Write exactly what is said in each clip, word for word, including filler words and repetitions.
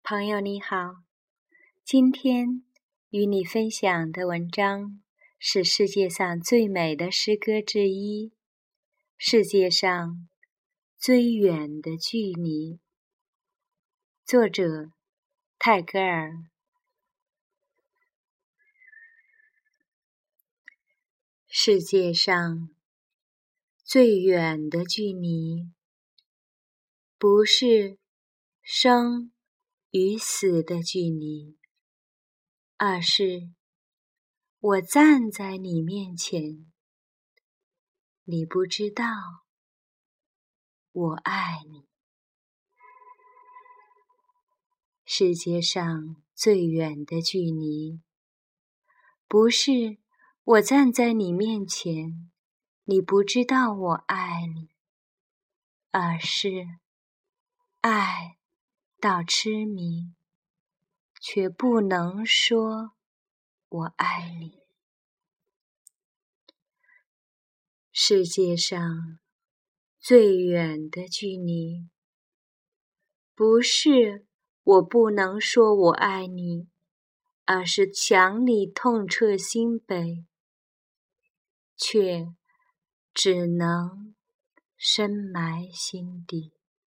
朋友你好，今天与你分享的文章是世界上最美的诗歌之一，世界上最远的距离。作者泰戈尔。世界上最远的距离，不是生与死的距离，而是我站在你面前，你不知道我爱你。世界上最远的距离，不是我站在你面前，你不知道我爱你，而是爱到痴迷，却不能说我爱你。世界上最远的距离，不是我不能说我爱你，而是想你痛彻心扉，却只能深埋心底。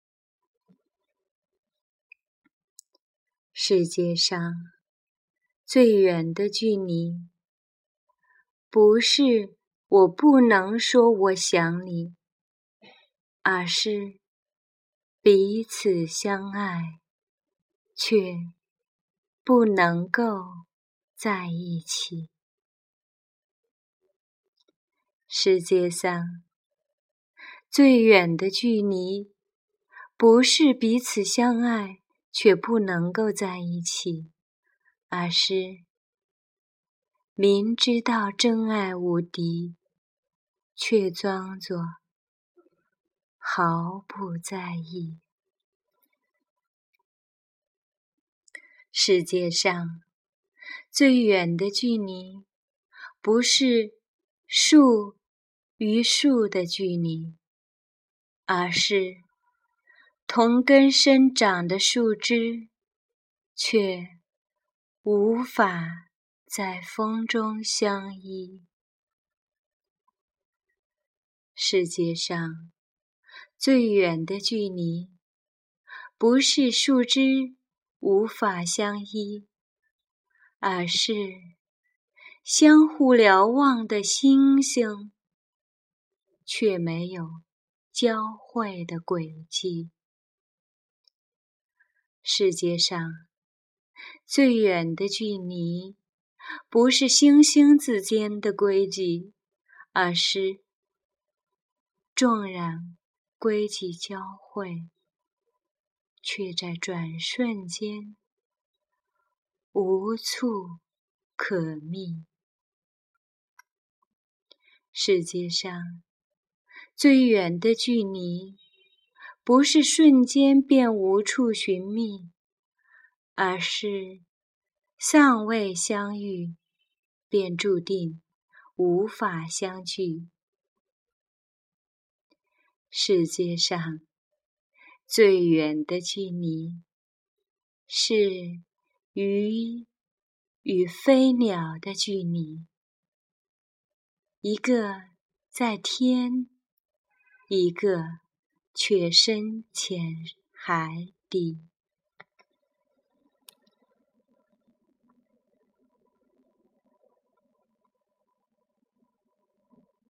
世界上最远的距离，不是我不能说我想你，而是彼此相爱，却不能够在一起。世界上最远的距离，不是彼此相爱却不能够在一起，而是明知道真爱无敌，却装作毫不在意。世界上最远的距离，不是树与树的距离，而是同根生长的树枝，却无法在风中相依。世界上最远的距离，不是树枝无法相依，而是相互瞭望的星星，却没有交汇的轨迹。世界上最远的距离，不是星星之间的轨迹，而是纵然轨迹交汇，却在转瞬间无处可觅。世界上最远的距离，不是瞬间便无处寻觅，而是尚未相遇，便注定无法相聚。世界上最远的距离，是鱼与飞鸟的距离，一个在天，一个却深潜海底。